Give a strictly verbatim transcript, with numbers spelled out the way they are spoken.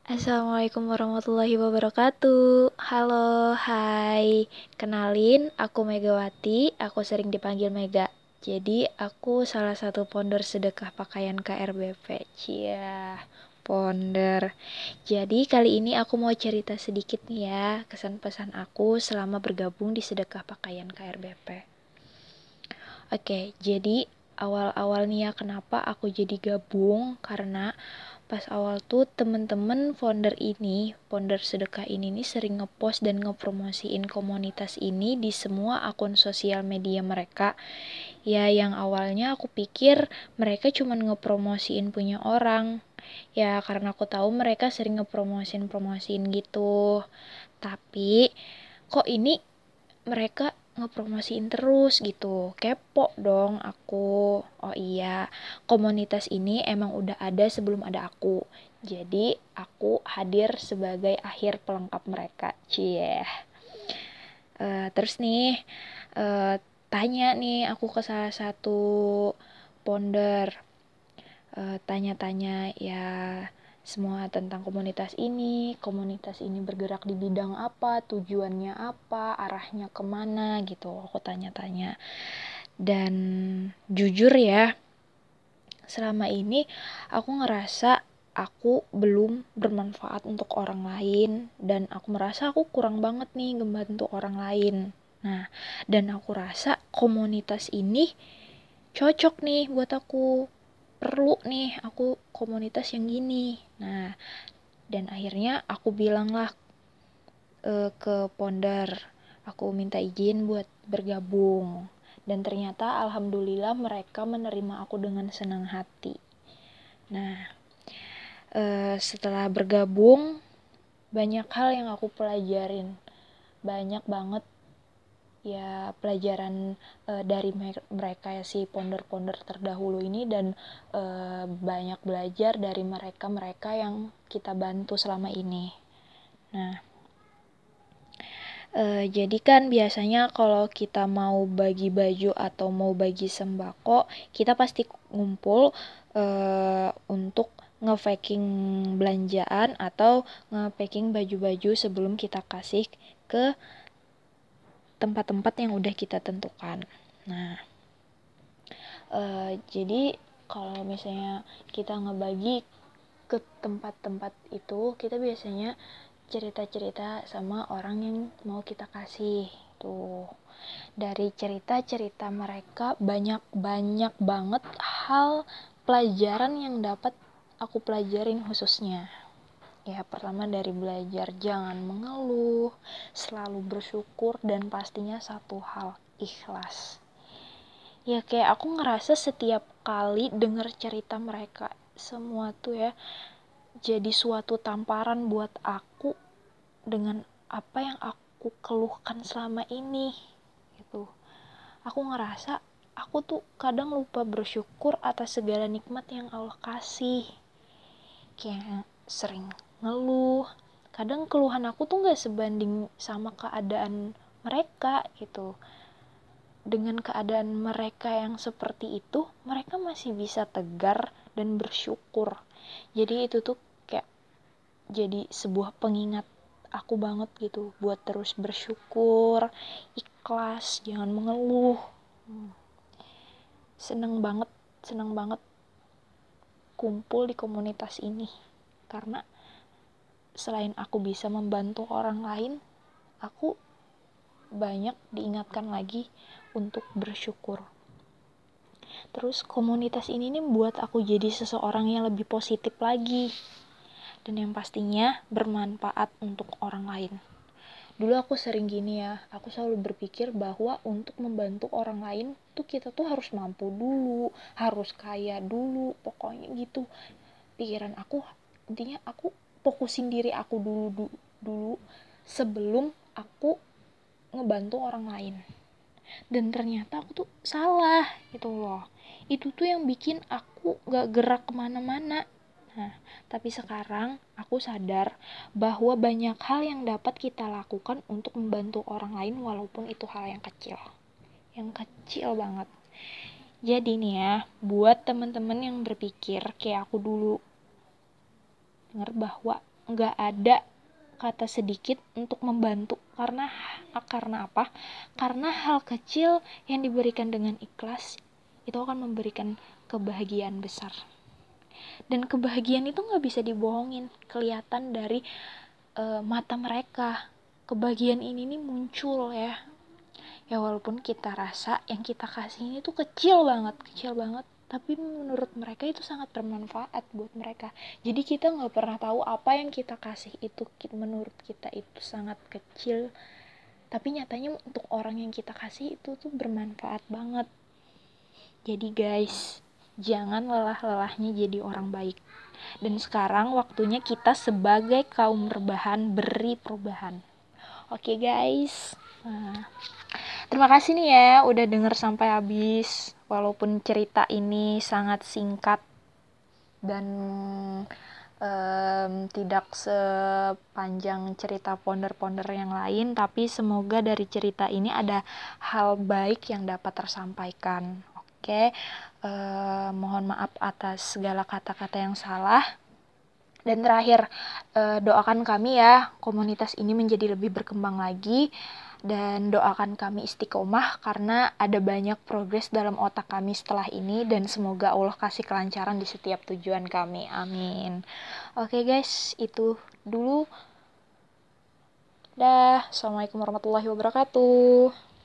Assalamualaikum warahmatullahi wabarakatuh. Halo, hai. Kenalin, aku Megawati. Aku sering dipanggil Mega. Jadi, aku salah satu founder sedekah pakaian K R B P. Cia, founder. Jadi, kali ini aku mau cerita sedikit nih ya, kesan pesan aku selama bergabung di sedekah pakaian K R B P. Oke, jadi awal-awal nih ya kenapa aku jadi gabung, karena pas awal tuh temen-temen founder ini, founder sedekah ini nih sering ngepost dan ngepromosiin komunitas ini di semua akun sosial media mereka. Ya yang awalnya aku pikir mereka cuma ngepromosiin punya orang. Ya karena aku tahu mereka sering ngepromosiin-promosiin gitu. Tapi kok ini mereka ngepromosiin terus gitu. Kepo dong aku. Oh iya, komunitas ini emang udah ada sebelum ada aku. Jadi aku hadir sebagai akhir pelengkap mereka. Cie. Uh, terus nih uh, tanya nih aku ke salah satu founder, uh, tanya-tanya ya semua tentang komunitas ini, komunitas ini bergerak di bidang apa, tujuannya apa, arahnya kemana gitu, aku tanya-tanya. Dan jujur ya, selama ini aku ngerasa aku belum bermanfaat untuk orang lain, dan aku merasa aku kurang banget nih ngebantu orang lain. Nah, dan aku rasa komunitas ini cocok nih buat aku, perlu nih aku komunitas yang gini. Nah, dan akhirnya aku bilang lah uh, ke founder, aku minta izin buat bergabung. Dan ternyata alhamdulillah mereka menerima aku dengan senang hati. Nah, uh, setelah bergabung banyak hal yang aku pelajarin. Banyak banget ya pelajaran uh, dari mereka ya si founder-founder terdahulu ini, dan uh, banyak belajar dari mereka-mereka yang kita bantu selama ini. Nah, uh, jadi kan biasanya kalau kita mau bagi baju atau mau bagi sembako, kita pasti ngumpul uh, untuk nge-packing belanjaan atau nge-packing baju-baju sebelum kita kasih ke tempat-tempat yang udah kita tentukan. Nah, uh, jadi kalau misalnya kita ngebagi ke tempat-tempat itu, kita biasanya cerita-cerita sama orang yang mau kita kasih. Tuh, dari cerita-cerita mereka banyak-banyak banget hal pelajaran yang dapat aku pelajarin khususnya. Ya, pertama dari belajar jangan mengeluh, selalu bersyukur, dan pastinya satu hal, ikhlas. Ya kayak aku ngerasa setiap kali denger cerita mereka semua tuh ya jadi suatu tamparan buat aku dengan apa yang aku keluhkan selama ini gitu. Aku ngerasa aku tuh kadang lupa bersyukur atas segala nikmat yang Allah kasih. Kayak sering ngeluh, kadang keluhan aku tuh gak sebanding sama keadaan mereka gitu. Dengan keadaan mereka yang seperti itu, mereka masih bisa tegar dan bersyukur. Jadi itu tuh kayak jadi sebuah pengingat aku banget gitu buat terus bersyukur, ikhlas, jangan mengeluh. Seneng banget, seneng banget kumpul di komunitas ini, karena selain aku bisa membantu orang lain, aku banyak diingatkan lagi untuk bersyukur. Terus komunitas ini nih buat aku jadi seseorang yang lebih positif lagi, dan yang pastinya bermanfaat untuk orang lain. Dulu aku sering gini ya, aku selalu berpikir bahwa untuk membantu orang lain tuh kita tuh harus mampu dulu, harus kaya dulu, pokoknya gitu. Pikiran aku, intinya aku fokusin diri aku dulu dulu, dulu sebelum aku ngebantu orang lain. Dan ternyata aku tuh salah gitu loh. Itu tuh yang bikin aku gak gerak kemana-mana. Nah, tapi sekarang aku sadar bahwa banyak hal yang dapat kita lakukan untuk membantu orang lain, walaupun itu hal yang kecil. Yang kecil banget. Jadi nih ya, buat temen-temen yang berpikir kayak aku dulu, denger bahwa nggak ada kata sedikit untuk membantu. Karena karena apa? Karena hal kecil yang diberikan dengan ikhlas itu akan memberikan kebahagiaan besar. Dan kebahagiaan itu nggak bisa dibohongin, kelihatan dari uh, mata mereka. Kebahagiaan ini nih muncul ya. Ya walaupun kita rasa yang kita kasih ini tuh kecil banget, kecil banget, tapi menurut mereka itu sangat bermanfaat buat mereka. Jadi kita nggak pernah tahu apa yang kita kasih itu menurut kita itu sangat kecil, tapi nyatanya untuk orang yang kita kasih itu tuh bermanfaat banget. Jadi guys, jangan lelah-lelahnya jadi orang baik. Dan sekarang waktunya kita sebagai kaum rebahan beri perubahan. Oke guys, nah, terima kasih nih ya udah denger sampai habis. Walaupun cerita ini sangat singkat dan um, tidak sepanjang cerita ponder-ponder yang lain, tapi semoga dari cerita ini ada hal baik yang dapat tersampaikan. Oke, uh, mohon maaf atas segala kata-kata yang salah. Dan terakhir, uh, doakan kami ya, komunitas ini menjadi lebih berkembang lagi. Dan doakan kami istiqomah karena ada banyak progres dalam otak kami setelah ini. Dan semoga Allah kasih kelancaran di setiap tujuan kami. Amin. Oke guys, itu dulu. Dah, Assalamualaikum warahmatullahi wabarakatuh.